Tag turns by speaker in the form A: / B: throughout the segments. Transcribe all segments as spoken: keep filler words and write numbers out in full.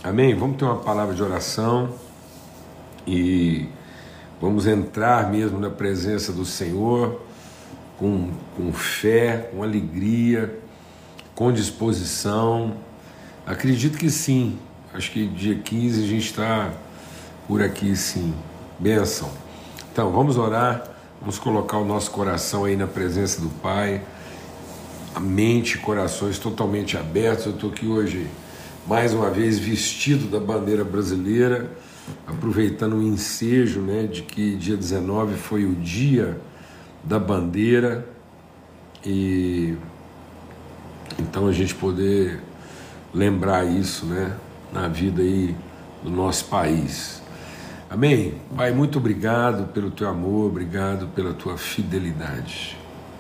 A: Amém? Vamos ter uma palavra de oração e vamos entrar mesmo na presença do Senhor com, com fé, com alegria, com disposição. Acredito que sim. Acho que dia quinze a gente está por aqui, sim. Bênção. Então, vamos orar, vamos colocar o nosso coração aí na presença do Pai, a mente e corações totalmente abertos. Eu estou aqui hoje, mais uma vez, vestido da bandeira brasileira, aproveitando o ensejo, né, de que dia dezenove foi o dia da bandeira, e então a gente poder lembrar isso, né, na vida aí do nosso país. Amém? Pai, muito obrigado pelo teu amor, obrigado pela tua fidelidade.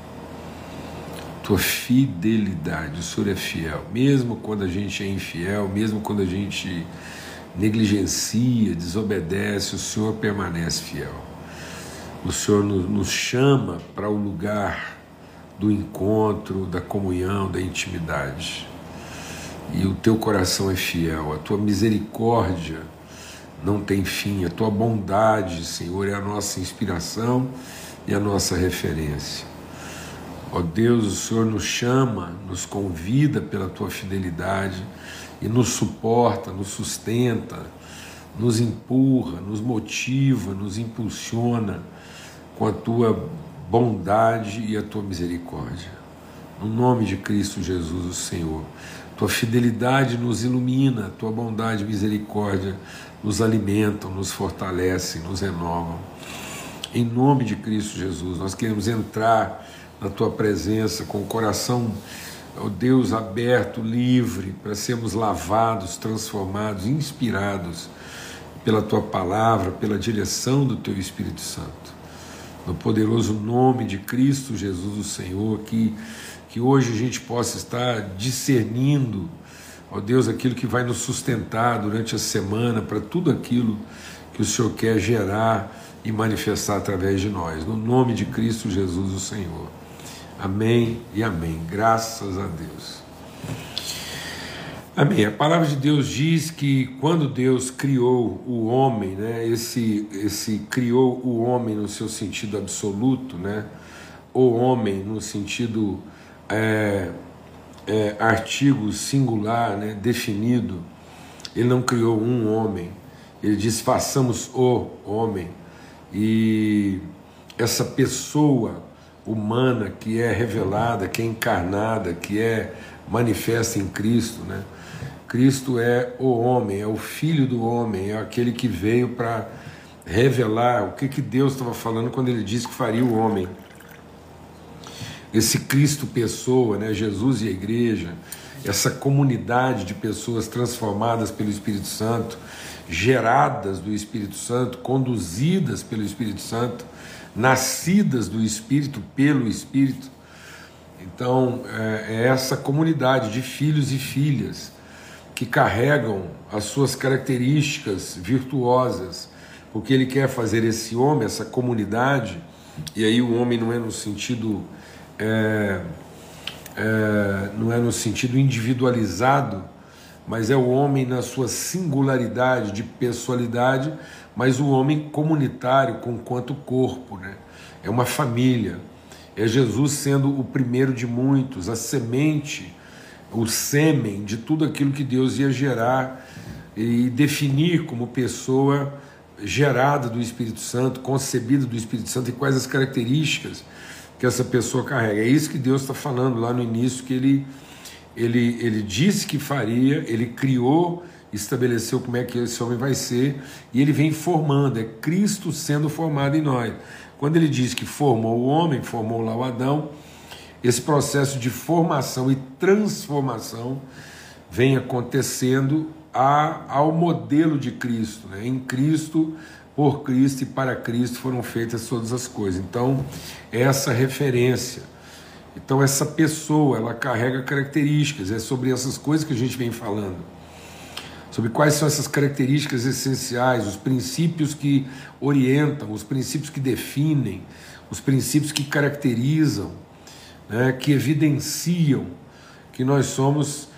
A: Tua fidelidade, o Senhor é fiel, mesmo quando a gente é infiel, mesmo quando a gente negligencia, desobedece, o Senhor permanece fiel. O Senhor nos chama para o lugar do encontro, da comunhão, da intimidade. E o teu coração é fiel, a tua misericórdia não tem fim, a tua bondade, Senhor, é a nossa inspiração e a nossa referência. Ó Deus, o Senhor nos chama, nos convida pela tua fidelidade e nos suporta, nos sustenta, nos empurra, nos motiva, nos impulsiona com a tua bondade e a tua misericórdia. No nome de Cristo Jesus, o Senhor. Tua fidelidade nos ilumina, tua bondade e misericórdia nos alimentam, nos fortalecem, nos renovam. Em nome de Cristo Jesus, nós queremos entrar na tua presença com o coração, ó Deus, aberto, livre, para sermos lavados, transformados, inspirados pela tua palavra, pela direção do teu Espírito Santo. No poderoso nome de Cristo Jesus, o Senhor, que, que hoje a gente possa estar discernindo, ó Deus, aquilo que vai nos sustentar durante a semana, para tudo aquilo que o Senhor quer gerar e manifestar através de nós. No nome de Cristo Jesus, o Senhor. Amém e amém. Graças a Deus. Amém. A palavra de Deus diz que quando Deus criou o homem, né, esse, esse criou o homem no seu sentido absoluto, né, o homem no sentido é, é, artigo singular, né, definido, ele não criou um homem, ele disse façamos o homem, e essa pessoa humana que é revelada, que é encarnada, que é manifesta em Cristo, né? Cristo é o homem, é o Filho do homem, é aquele que veio para revelar o que, que Deus estava falando quando ele disse que faria o homem. Esse Cristo pessoa, né? Jesus e a igreja, essa comunidade de pessoas transformadas pelo Espírito Santo, geradas do Espírito Santo, conduzidas pelo Espírito Santo, nascidas do Espírito pelo Espírito. Então é essa comunidade de filhos e filhas que carregam as suas características virtuosas, porque ele quer fazer esse homem, essa comunidade, e aí o homem não é no sentido é, é, não é no sentido individualizado, mas é o homem na sua singularidade de pessoalidade, mas o homem comunitário com quanto corpo, né? É uma família, é Jesus sendo o primeiro de muitos, a semente, o sêmen de tudo aquilo que Deus ia gerar e definir como pessoa gerada do Espírito Santo, concebida do Espírito Santo, e quais as características que essa pessoa carrega. É isso que Deus está falando lá no início, que ele, ele, ele disse que faria, ele criou, estabeleceu como é que esse homem vai ser, e ele vem formando, é Cristo sendo formado em nós. Quando ele diz que formou o homem, formou lá o Adão, esse processo de formação e transformação vem acontecendo a, ao modelo de Cristo, né? Em Cristo, por Cristo e para Cristo foram feitas todas as coisas. Então, essa referência, então essa pessoa, ela carrega características, é sobre essas coisas que a gente vem falando. Sobre quais são essas características essenciais, os princípios que orientam, os princípios que definem, os princípios que caracterizam, né, que evidenciam que nós somos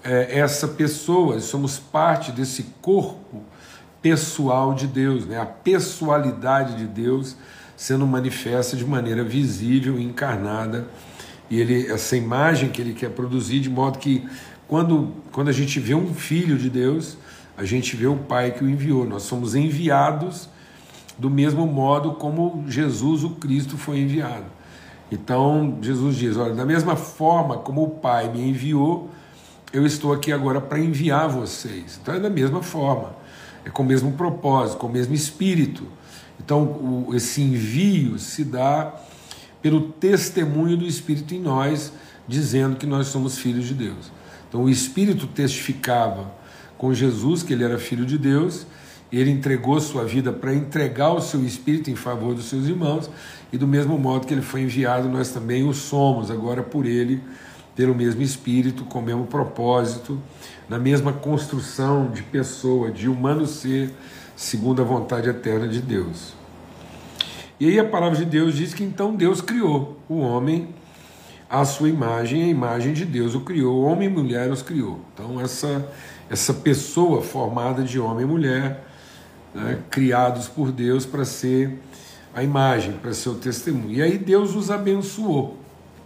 A: é, essa pessoa, somos parte desse corpo pessoal de Deus, né? A pessoalidade de Deus sendo manifesta de maneira visível e encarnada, e ele, essa imagem que ele quer produzir, de modo que quando, quando a gente vê um filho de Deus, a gente vê o Pai que o enviou. Nós somos enviados do mesmo modo como Jesus, o Cristo, foi enviado. Então Jesus diz, olha, da mesma forma como o Pai me enviou, eu estou aqui agora para enviar vocês. Então é da mesma forma, é com o mesmo propósito, com o mesmo espírito. Então o, esse envio se dá pelo testemunho do Espírito em nós, dizendo que nós somos filhos de Deus. Então o Espírito testificava com Jesus que ele era filho de Deus, ele entregou sua vida para entregar o seu Espírito em favor dos seus irmãos, e do mesmo modo que ele foi enviado, nós também o somos, agora por ele, pelo mesmo Espírito, com o mesmo propósito, na mesma construção de pessoa, de humano ser, segundo a vontade eterna de Deus. E aí a palavra de Deus diz que então Deus criou o homem à sua imagem, a imagem de Deus o criou, homem e mulher os criou. Então essa, essa pessoa formada de homem e mulher, né, criados por Deus para ser a imagem, para ser o testemunho. E aí Deus os abençoou.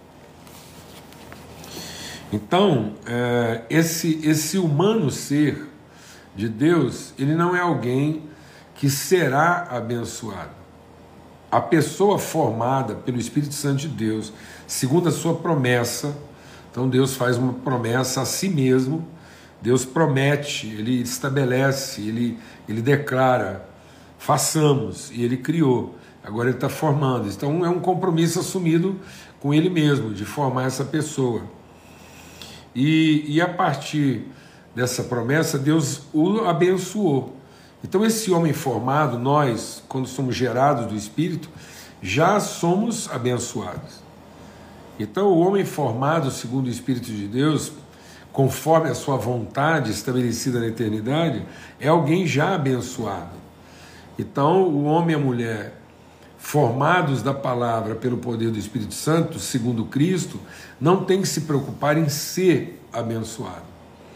A: Então, é, esse, esse humano ser de Deus, ele não é alguém que será abençoado. A pessoa formada pelo Espírito Santo de Deus, segundo a sua promessa, então Deus faz uma promessa a si mesmo, Deus promete, ele estabelece, ele, ele declara, façamos, e ele criou, agora ele está formando. Então é um compromisso assumido com ele mesmo, de formar essa pessoa. E, e a partir dessa promessa, Deus o abençoou. Então esse homem formado, nós, quando somos gerados do Espírito, já somos abençoados. Então o homem formado segundo o Espírito de Deus, conforme a sua vontade estabelecida na eternidade, é alguém já abençoado. Então o homem e a mulher formados da palavra pelo poder do Espírito Santo, segundo Cristo, não tem que se preocupar em ser abençoado.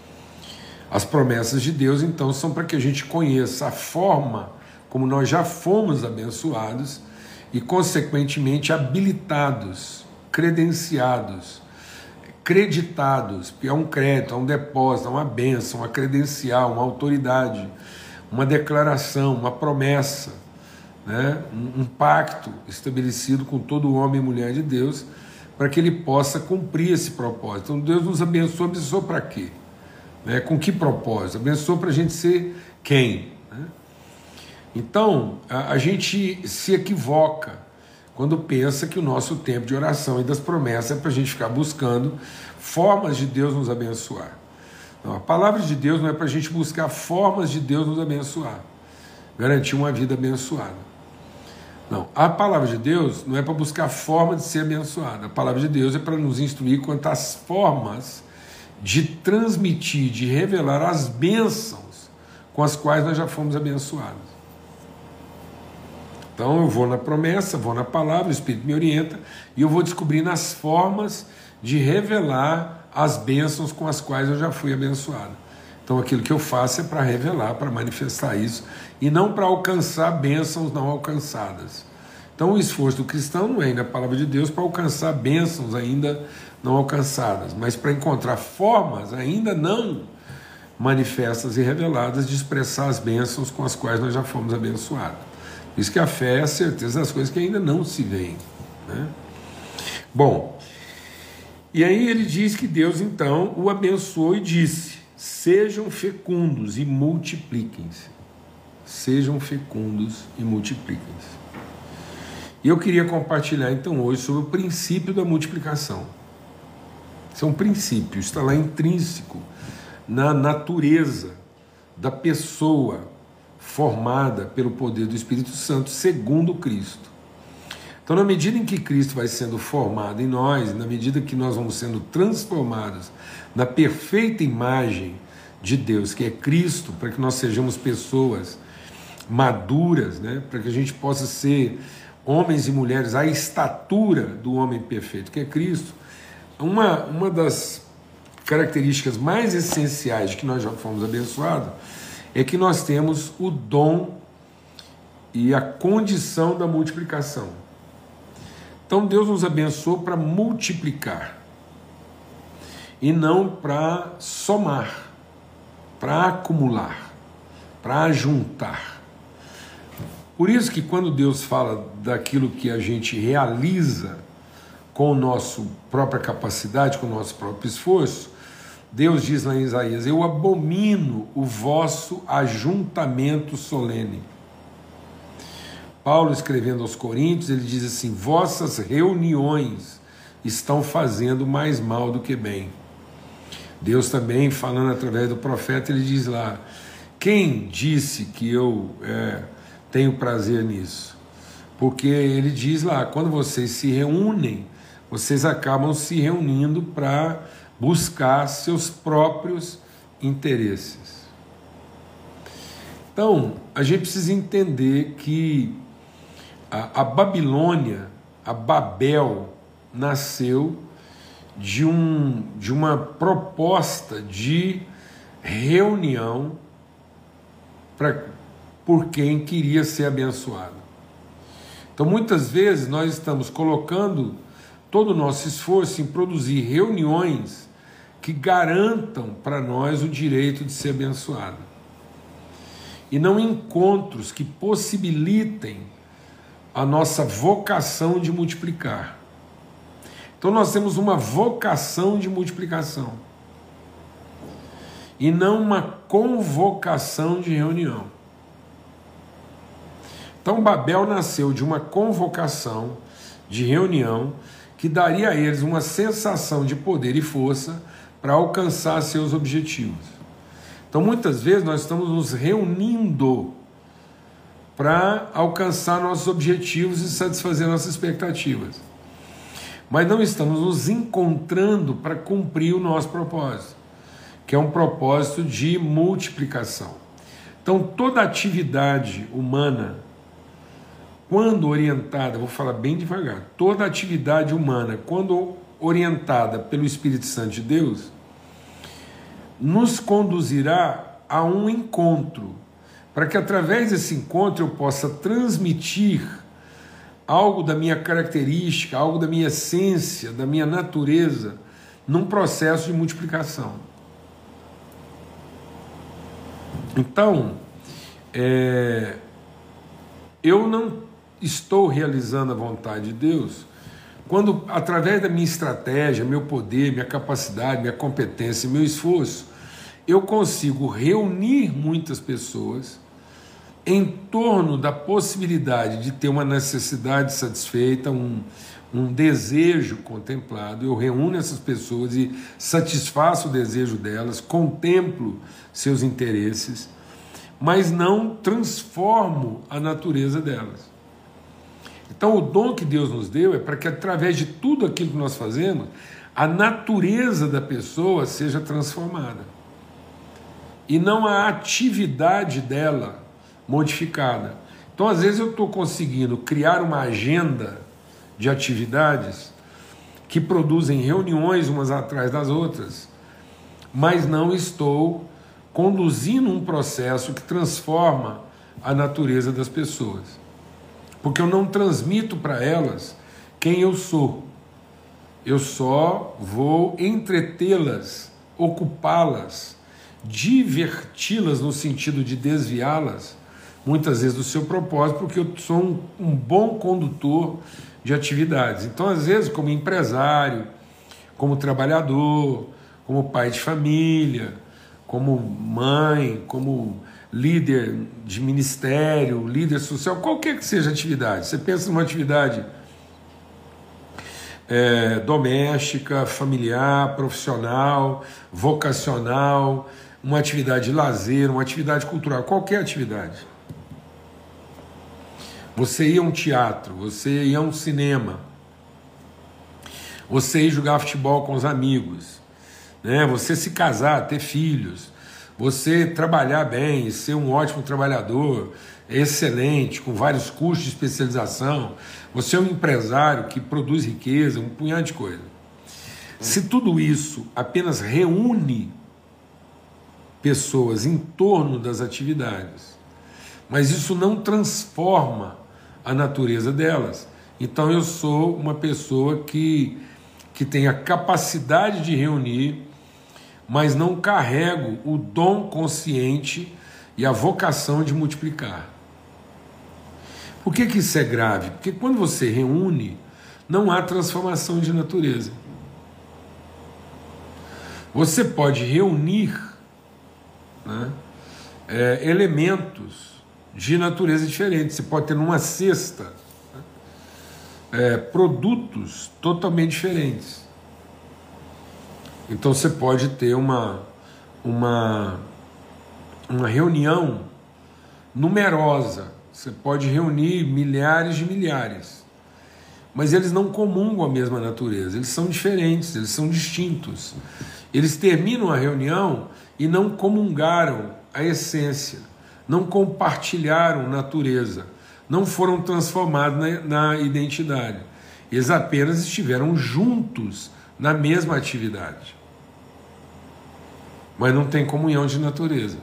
A: As promessas de Deus, então, são para que a gente conheça a forma como nós já fomos abençoados e, consequentemente, habilitados, credenciados, creditados, porque é um crédito, é um depósito, é uma bênção, uma credencial, uma autoridade, uma declaração, uma promessa, né? um, um pacto estabelecido com todo homem e mulher de Deus para que ele possa cumprir esse propósito. Então Deus nos abençoa, abençoa para quê? Né? Com que propósito? Abençoa para a gente ser quem? Né? Então a, a gente se equivoca quando pensa que o nosso tempo de oração e das promessas é para a gente ficar buscando formas de Deus nos abençoar. Não, a palavra de Deus não é para a gente buscar formas de Deus nos abençoar, garantir uma vida abençoada. Não, a palavra de Deus não é para buscar forma de ser abençoada. A palavra de Deus é para nos instruir quanto às formas de transmitir, de revelar as bênçãos com as quais nós já fomos abençoados. Então eu vou na promessa, vou na palavra, o Espírito me orienta e eu vou descobrindo as formas de revelar as bênçãos com as quais eu já fui abençoado. Então aquilo que eu faço é para revelar, para manifestar isso, e não para alcançar bênçãos não alcançadas. Então o esforço do cristão não é ir na palavra de Deus para alcançar bênçãos ainda não alcançadas, mas para encontrar formas ainda não manifestas e reveladas de expressar as bênçãos com as quais nós já fomos abençoados. Por isso que a fé é a certeza das coisas que ainda não se veem, né? Bom, e aí ele diz que Deus então o abençoou e disse: sejam fecundos e multipliquem-se. Sejam fecundos e multipliquem-se. E eu queria compartilhar então hoje sobre o princípio da multiplicação. Isso é um princípio, está lá intrínseco na natureza da pessoa formada pelo poder do Espírito Santo segundo Cristo. Então, na medida em que Cristo vai sendo formado em nós, na medida que nós vamos sendo transformados na perfeita imagem de Deus, que é Cristo, para que nós sejamos pessoas maduras, né? Para que a gente possa ser homens e mulheres à estatura do homem perfeito, que é Cristo. Uma, uma das características mais essenciais de que nós já fomos abençoados é que nós temos o dom e a condição da multiplicação. Então Deus nos abençoou para multiplicar e não para somar, para acumular, para ajuntar. Por isso que quando Deus fala daquilo que a gente realiza com a nossa própria capacidade, com o nosso próprio esforço, Deus diz lá em Isaías: eu abomino o vosso ajuntamento solene. Paulo, escrevendo aos Coríntios, ele diz assim: vossas reuniões estão fazendo mais mal do que bem. Deus também, falando através do profeta, ele diz lá: quem disse que eu é, tenho prazer nisso? Porque ele diz lá, quando vocês se reúnem, vocês acabam se reunindo para buscar seus próprios interesses. Então, a gente precisa entender que a, a Babilônia, a Babel, nasceu de, um, de uma proposta de reunião pra, por quem queria ser abençoado. Então, muitas vezes, nós estamos colocando todo o nosso esforço em produzir reuniões que garantam para nós o direito de ser abençoado. E não encontros que possibilitem a nossa vocação de multiplicar. Então nós temos uma vocação de multiplicação e não uma convocação de reunião. Então Babel nasceu de uma convocação de reunião que daria a eles uma sensação de poder e força para alcançar seus objetivos. Então muitas vezes nós estamos nos reunindo para alcançar nossos objetivos e satisfazer nossas expectativas, mas não estamos nos encontrando para cumprir o nosso propósito, que é um propósito de multiplicação. Então toda atividade humana, quando orientada, vou falar bem devagar, toda atividade humana, quando orientada pelo Espírito Santo de Deus, nos conduzirá a um encontro, para que através desse encontro eu possa transmitir algo da minha característica, algo da minha essência, da minha natureza, num processo de multiplicação. Então, é, eu não estou realizando a vontade de Deus quando, através da minha estratégia, meu poder, minha capacidade, minha competência, meu esforço, eu consigo reunir muitas pessoas em torno da possibilidade de ter uma necessidade satisfeita, um, um desejo contemplado. Eu reúno essas pessoas e satisfaço o desejo delas, contemplo seus interesses, mas não transformo a natureza delas. Então o dom que Deus nos deu é para que através de tudo aquilo que nós fazemos, a natureza da pessoa seja transformada e não a atividade dela modificada. Então às vezes eu estou conseguindo criar uma agenda de atividades que produzem reuniões umas atrás das outras, mas não estou conduzindo um processo que transforma a natureza das pessoas, porque eu não transmito para elas quem eu sou. Eu só vou entretê-las, ocupá-las, diverti-las no sentido de desviá-las, muitas vezes do seu propósito, porque eu sou um, um bom condutor de atividades. Então, às vezes, como empresário, como trabalhador, como pai de família, como mãe, como líder de ministério, líder social, qualquer que seja a atividade. Você pensa numa atividade é, doméstica, familiar, profissional, vocacional, uma atividade de lazer, uma atividade cultural, qualquer atividade. Você ia a um teatro, você ia a um cinema, você ia jogar futebol com os amigos, né? Você se casar, ter filhos, você trabalhar bem, ser um ótimo trabalhador, excelente, com vários cursos de especialização, você é um empresário que produz riqueza, um punhado de coisa. Se tudo isso apenas reúne pessoas em torno das atividades, mas isso não transforma a natureza delas, então eu sou uma pessoa que, que tem a capacidade de reunir, mas não carrego o dom consciente e a vocação de multiplicar. Por que que isso é grave? Porque quando você reúne, não há transformação de natureza. Você pode reunir, né, é, elementos de natureza diferente. Você pode ter numa cesta, né, é, produtos totalmente diferentes. Então você pode ter uma, uma, uma reunião numerosa. Você pode reunir milhares de milhares, mas eles não comungam a mesma natureza, eles são diferentes, eles são distintos. Eles terminam a reunião e não comungaram a essência, não compartilharam natureza, não foram transformados na, na identidade. Eles apenas estiveram juntos na mesma atividade, mas não tem comunhão de natureza.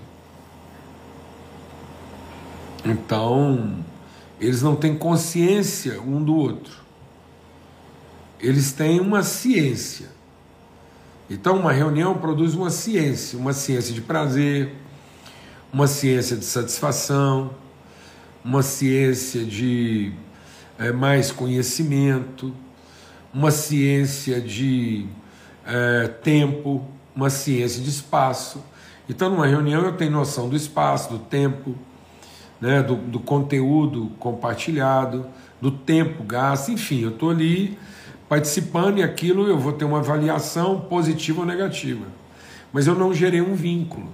A: Então, eles não têm consciência um do outro. Eles têm uma ciência. Então, uma reunião produz uma ciência, uma ciência de prazer, uma ciência de satisfação, uma ciência de é, mais conhecimento, uma ciência de é, tempo, uma ciência de espaço. Então, numa reunião eu tenho noção do espaço, do tempo, né, do, do conteúdo compartilhado, do tempo gasto, enfim, eu estou ali participando e aquilo eu vou ter uma avaliação positiva ou negativa. Mas eu não gerei um vínculo.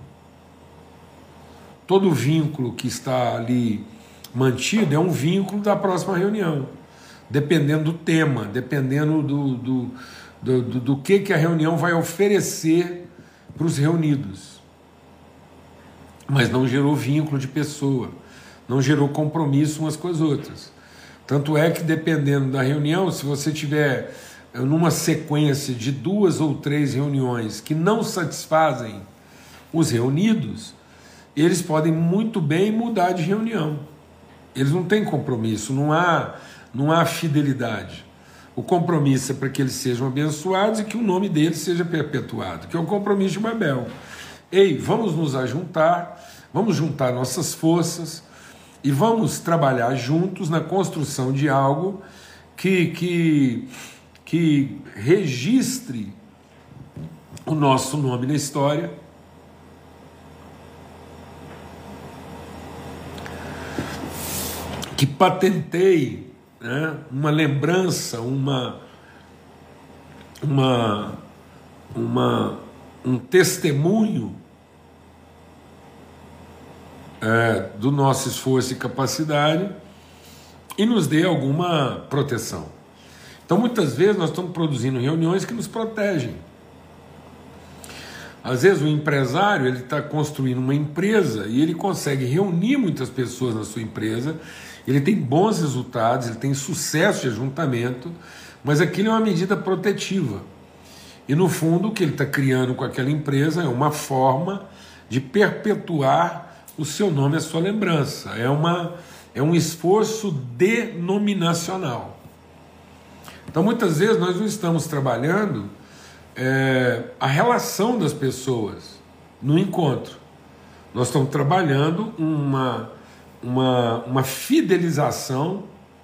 A: Todo vínculo que está ali mantido é um vínculo da próxima reunião, dependendo do tema, dependendo do, do, do, do, do que, que a reunião vai oferecer para os reunidos. Mas não gerou vínculo de pessoa, não gerou compromisso umas com as outras. Tanto é que, dependendo da reunião, se você tiver numa sequência de duas ou três reuniões que não satisfazem os reunidos, eles podem muito bem mudar de reunião. Eles não têm compromisso, não há, não há fidelidade. O compromisso é para que eles sejam abençoados e que o nome deles seja perpetuado, que é o compromisso de Babel. Ei, vamos nos ajuntar, vamos juntar nossas forças, e vamos trabalhar juntos na construção de algo que, que, que registre o nosso nome na história, que patenteie, né, uma lembrança, uma, uma, uma, um testemunho É, do nosso esforço e capacidade e nos dê alguma proteção. Então, muitas vezes, nós estamos produzindo reuniões que nos protegem. Às vezes, o empresário ele está construindo uma empresa e ele consegue reunir muitas pessoas na sua empresa, ele tem bons resultados, ele tem sucesso de ajuntamento, mas aquilo é uma medida protetiva. E, no fundo, o que ele está criando com aquela empresa é uma forma de perpetuar o seu nome, a sua lembrança. É, uma, é um esforço denominacional. Então, muitas vezes, nós não estamos trabalhando é, a relação das pessoas no encontro. Nós estamos trabalhando uma, uma, uma fidelização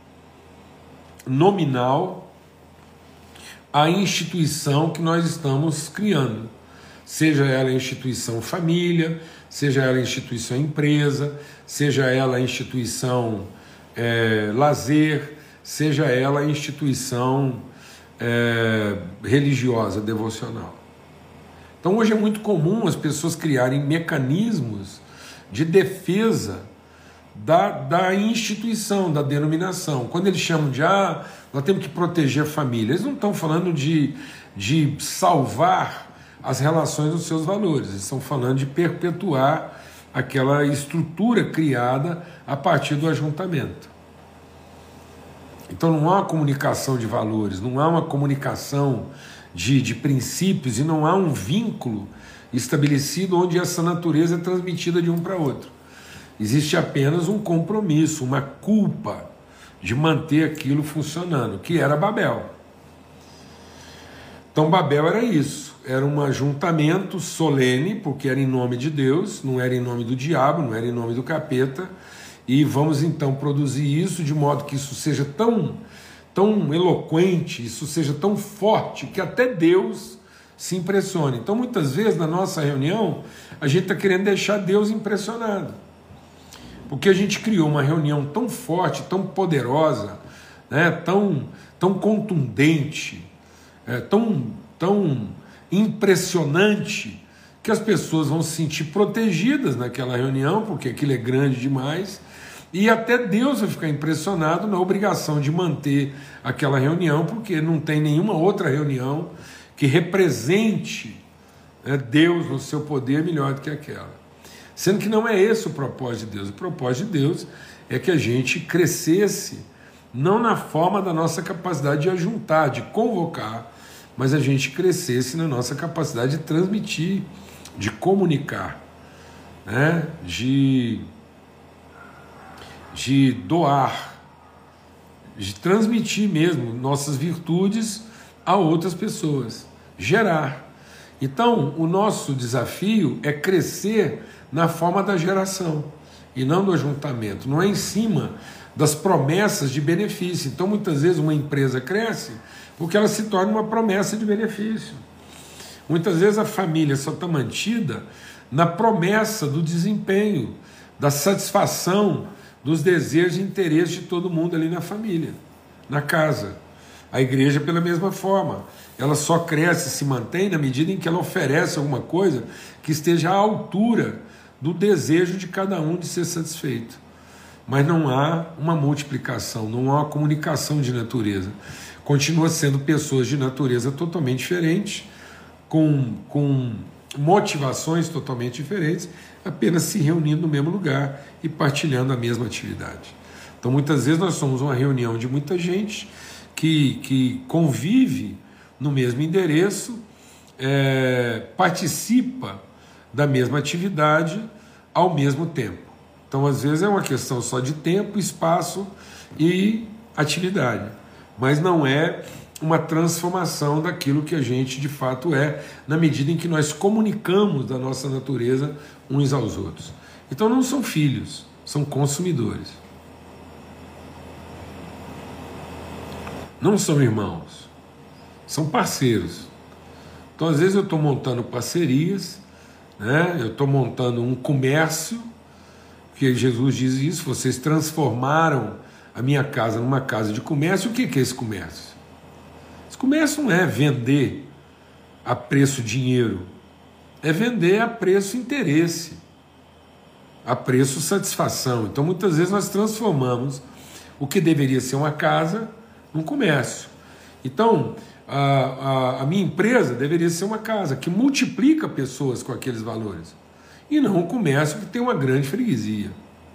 A: nominal à instituição que nós estamos criando. Seja ela a instituição família, seja ela a instituição empresa, seja ela a instituição é, lazer, seja ela a instituição é, religiosa, devocional. Então hoje é muito comum as pessoas criarem mecanismos de defesa da, da instituição, da denominação. Quando eles chamam de, ah, nós temos que proteger a família, eles não estão falando de, de salvar as relações dos seus valores, eles estão falando de perpetuar aquela estrutura criada a partir do ajuntamento. Então não há uma comunicação de valores, não há uma comunicação de, de princípios e não há um vínculo estabelecido onde essa natureza é transmitida de um para outro. Existe apenas um compromisso, uma culpa de manter aquilo funcionando, que era Babel. Então Babel era isso, era um ajuntamento solene, porque era em nome de Deus, não era em nome do diabo, não era em nome do capeta, e vamos então produzir isso de modo que isso seja tão, tão eloquente, isso seja tão forte, que até Deus se impressione. Então muitas vezes na nossa reunião, a gente está querendo deixar Deus impressionado, porque a gente criou uma reunião tão forte, tão poderosa, né, tão, tão contundente, é, tão, tão impressionante, que as pessoas vão se sentir protegidas naquela reunião, porque aquilo é grande demais, e até Deus vai ficar impressionado na obrigação de manter aquela reunião, porque não tem nenhuma outra reunião que represente, né, Deus no seu poder melhor do que aquela. Sendo que não é esse o propósito de Deus. O propósito de Deus é que a gente crescesse, não na forma da nossa capacidade de ajuntar, de convocar, mas a gente crescesse na nossa capacidade de transmitir, de comunicar, né? de, de doar, de transmitir mesmo nossas virtudes a outras pessoas, gerar. Então, o nosso desafio é crescer na forma da geração e não do ajuntamento, não é em cima das promessas de benefício. Então muitas vezes uma empresa cresce porque ela se torna uma promessa de benefício. Muitas vezes a família só está mantida na promessa do desempenho, da satisfação dos desejos e interesses de todo mundo ali na família, na casa. A igreja pela mesma forma, ela só cresce e se mantém na medida em que ela oferece alguma coisa que esteja à altura do desejo de cada um de ser satisfeito. Mas não há uma multiplicação, não há uma comunicação de natureza. Continua sendo pessoas de natureza totalmente diferentes, com, com motivações totalmente diferentes, apenas se reunindo no mesmo lugar e partilhando a mesma atividade. Então muitas vezes nós somos uma reunião de muita gente que, que convive no mesmo endereço, é, participa da mesma atividade ao mesmo tempo. Então, às vezes, é uma questão só de tempo, espaço e atividade, mas não é uma transformação daquilo que a gente de fato é, na medida em que nós comunicamos da nossa natureza uns aos outros. Então, não são filhos, são consumidores. Não são irmãos, são parceiros. Então, às vezes, eu estou montando parcerias, né? Eu estou montando um comércio, que Jesus diz isso, vocês transformaram a minha casa numa casa de comércio. O que é esse comércio? Esse comércio não é vender a preço dinheiro, é vender a preço interesse, a preço satisfação. Então muitas vezes nós transformamos o que deveria ser uma casa num comércio. Então a, a, a minha empresa deveria ser uma casa que multiplica pessoas com aqueles valores, e não um comércio que tem uma grande freguesia.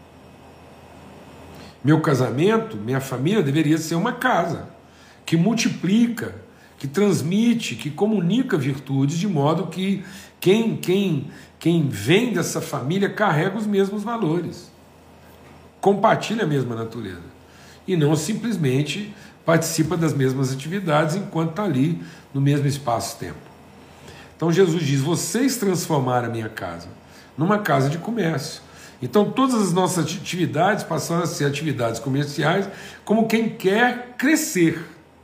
A: Meu casamento, minha família deveria ser uma casa que multiplica, que transmite, que comunica virtudes, de modo que quem, quem, quem vem dessa família carrega os mesmos valores, compartilha a mesma natureza, e não simplesmente participa das mesmas atividades enquanto está ali no mesmo espaço-tempo. Então Jesus diz, vocês transformaram a minha casa numa casa de comércio. Então todas as nossas atividades passaram a ser atividades comerciais como quem quer crescer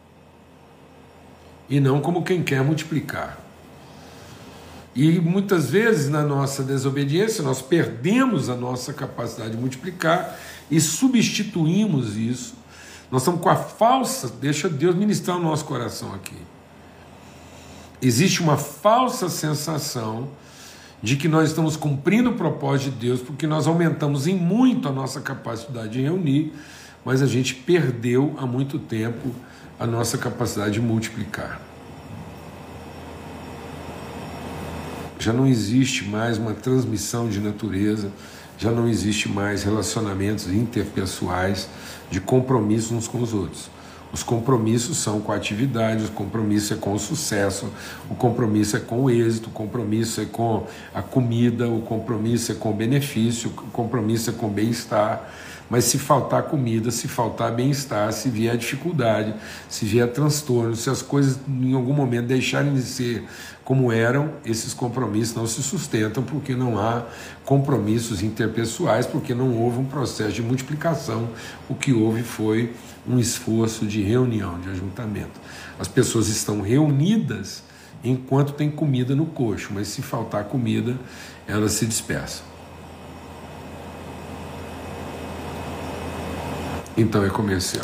A: e não como quem quer multiplicar. E muitas vezes na nossa desobediência nós perdemos a nossa capacidade de multiplicar e substituímos isso. Nós estamos com a falsa, deixa Deus ministrar o nosso coração aqui. Existe uma falsa sensação de que nós estamos cumprindo o propósito de Deus porque nós aumentamos em muito a nossa capacidade de reunir, mas a gente perdeu há muito tempo a nossa capacidade de multiplicar. Já não existe mais uma transmissão de natureza, já não existe mais relacionamentos interpessoais de compromisso uns com os outros. Os compromissos são com a atividade, o compromisso é com o sucesso, o compromisso é com o êxito, o compromisso é com a comida, o compromisso é com o benefício, o compromisso é com o bem-estar. Mas se faltar comida, se faltar bem-estar, se vier dificuldade, se vier transtorno, se as coisas em algum momento deixarem de ser como eram, esses compromissos não se sustentam, porque não há compromissos interpessoais, porque não houve um processo de multiplicação. O que houve foi um esforço de reunião, de ajuntamento. As pessoas estão reunidas enquanto tem comida no coxo, mas se faltar comida, elas se dispersam. Então é comercial.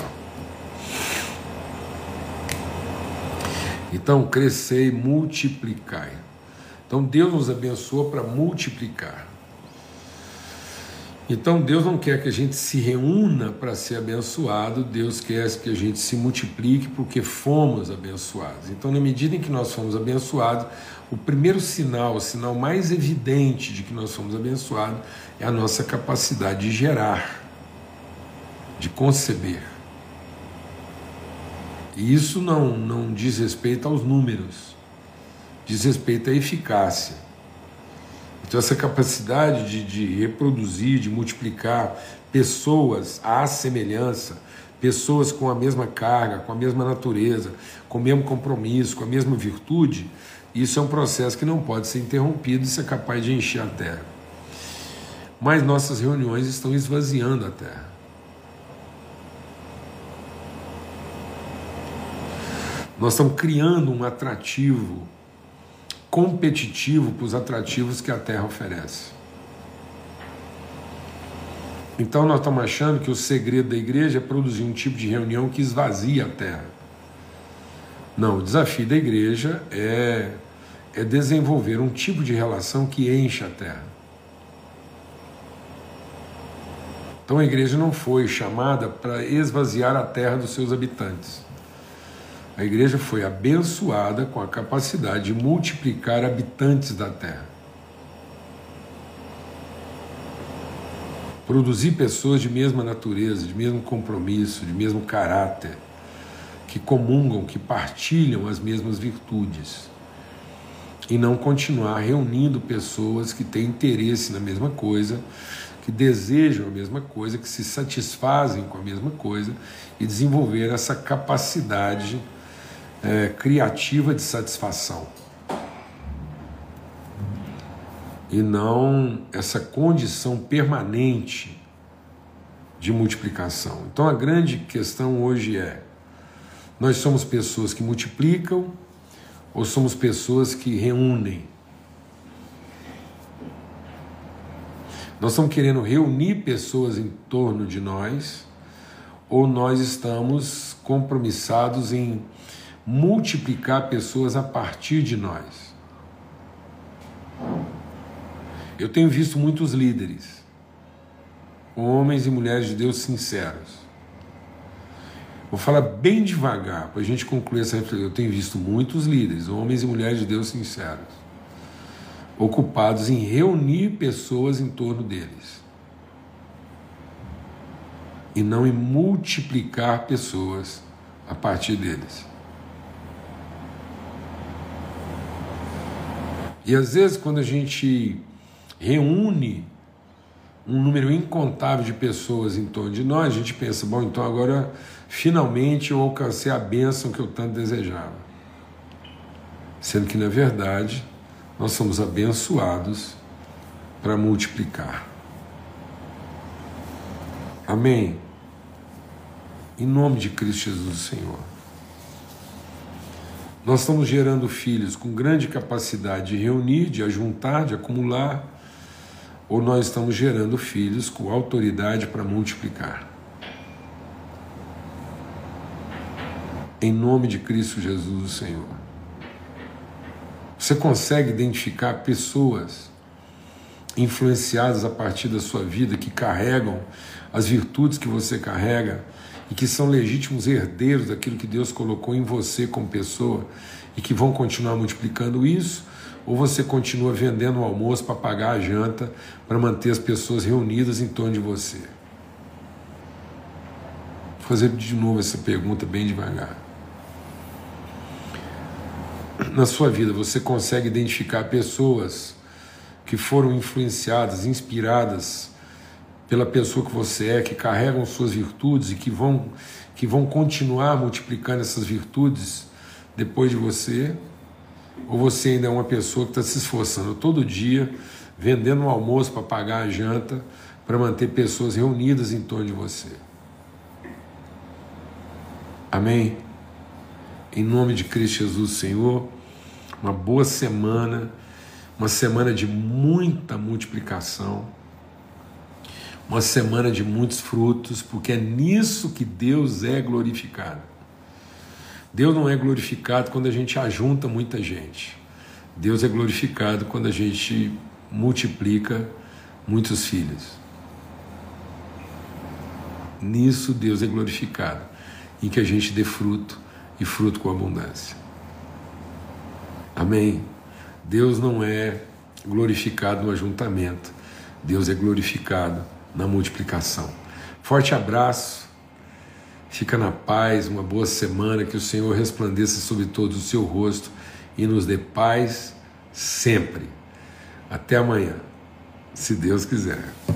A: Então crescei, multiplicai. Então Deus nos abençoou para multiplicar. Então Deus não quer que a gente se reúna para ser abençoado, Deus quer que a gente se multiplique porque fomos abençoados. Então, na medida em que nós fomos abençoados, o primeiro sinal, o sinal mais evidente de que nós fomos abençoados é a nossa capacidade de gerar, de conceber. E isso não, não diz respeito aos números, diz respeito à eficácia. Então essa capacidade de, de reproduzir, de multiplicar pessoas à semelhança, pessoas com a mesma carga, com a mesma natureza, com o mesmo compromisso, com a mesma virtude, isso é um processo que não pode ser interrompido e ser capaz de encher a terra. Mas nossas reuniões estão esvaziando a terra. Nós estamos criando um atrativo competitivo para os atrativos que a Terra oferece. Então nós estamos achando que o segredo da igreja é produzir um tipo de reunião que esvazia a Terra. Não, o desafio da igreja é, é desenvolver um tipo de relação que enche a Terra. Então a igreja não foi chamada para esvaziar a Terra dos seus habitantes. A igreja foi abençoada com a capacidade de multiplicar habitantes da terra. Produzir pessoas de mesma natureza, de mesmo compromisso, de mesmo caráter, que comungam, que partilham as mesmas virtudes. E não continuar reunindo pessoas que têm interesse na mesma coisa, que desejam a mesma coisa, que se satisfazem com a mesma coisa e desenvolver essa capacidade É, criativa de satisfação e não essa condição permanente de multiplicação. Então a grande questão hoje é: nós somos pessoas que multiplicam ou somos pessoas que reúnem? Nós estamos querendo reunir pessoas em torno de nós ou nós estamos compromissados em multiplicar pessoas a partir de nós? Eu tenho visto muitos líderes, homens e mulheres de Deus sinceros. Vou falar bem devagar para a gente concluir essa reflexão. Eu tenho visto muitos líderes, homens e mulheres de Deus sinceros, ocupados em reunir pessoas em torno deles e não em multiplicar pessoas a partir deles. E às vezes, quando a gente reúne um número incontável de pessoas em torno de nós, a gente pensa: bom, então agora finalmente eu alcancei a bênção que eu tanto desejava. Sendo que, na verdade, nós somos abençoados para multiplicar. Amém? Em nome de Cristo Jesus, Senhor. Nós estamos gerando filhos com grande capacidade de reunir, de ajuntar, de acumular, ou nós estamos gerando filhos com autoridade para multiplicar? Em nome de Cristo Jesus, o Senhor. Você consegue identificar pessoas influenciadas a partir da sua vida, que carregam as virtudes que você carrega e que são legítimos herdeiros daquilo que Deus colocou em você como pessoa e que vão continuar multiplicando isso? Ou você continua vendendo o almoço para pagar a janta, para manter as pessoas reunidas em torno de você? fazer de novo essa pergunta bem devagar. Na sua vida, você consegue identificar pessoas que foram influenciadas, inspiradas pela pessoa que você é, que carregam suas virtudes e que vão, que vão continuar multiplicando essas virtudes depois de você? Ou você ainda é uma pessoa que está se esforçando todo dia, vendendo um almoço para pagar a janta, para manter pessoas reunidas em torno de você? Amém? Em nome de Cristo Jesus, Senhor, uma boa semana, uma semana de muita multiplicação, uma semana de muitos frutos, porque é nisso que Deus é glorificado. Deus não é glorificado quando a gente ajunta muita gente. Deus é glorificado quando a gente multiplica muitos filhos. Nisso Deus é glorificado, em que a gente dê fruto e fruto com abundância. Amém? Deus não é glorificado no ajuntamento, Deus é glorificado na multiplicação. Forte abraço, fica na paz, uma boa semana, que o Senhor resplandeça sobre todo o seu rosto e nos dê paz sempre. Até amanhã, se Deus quiser.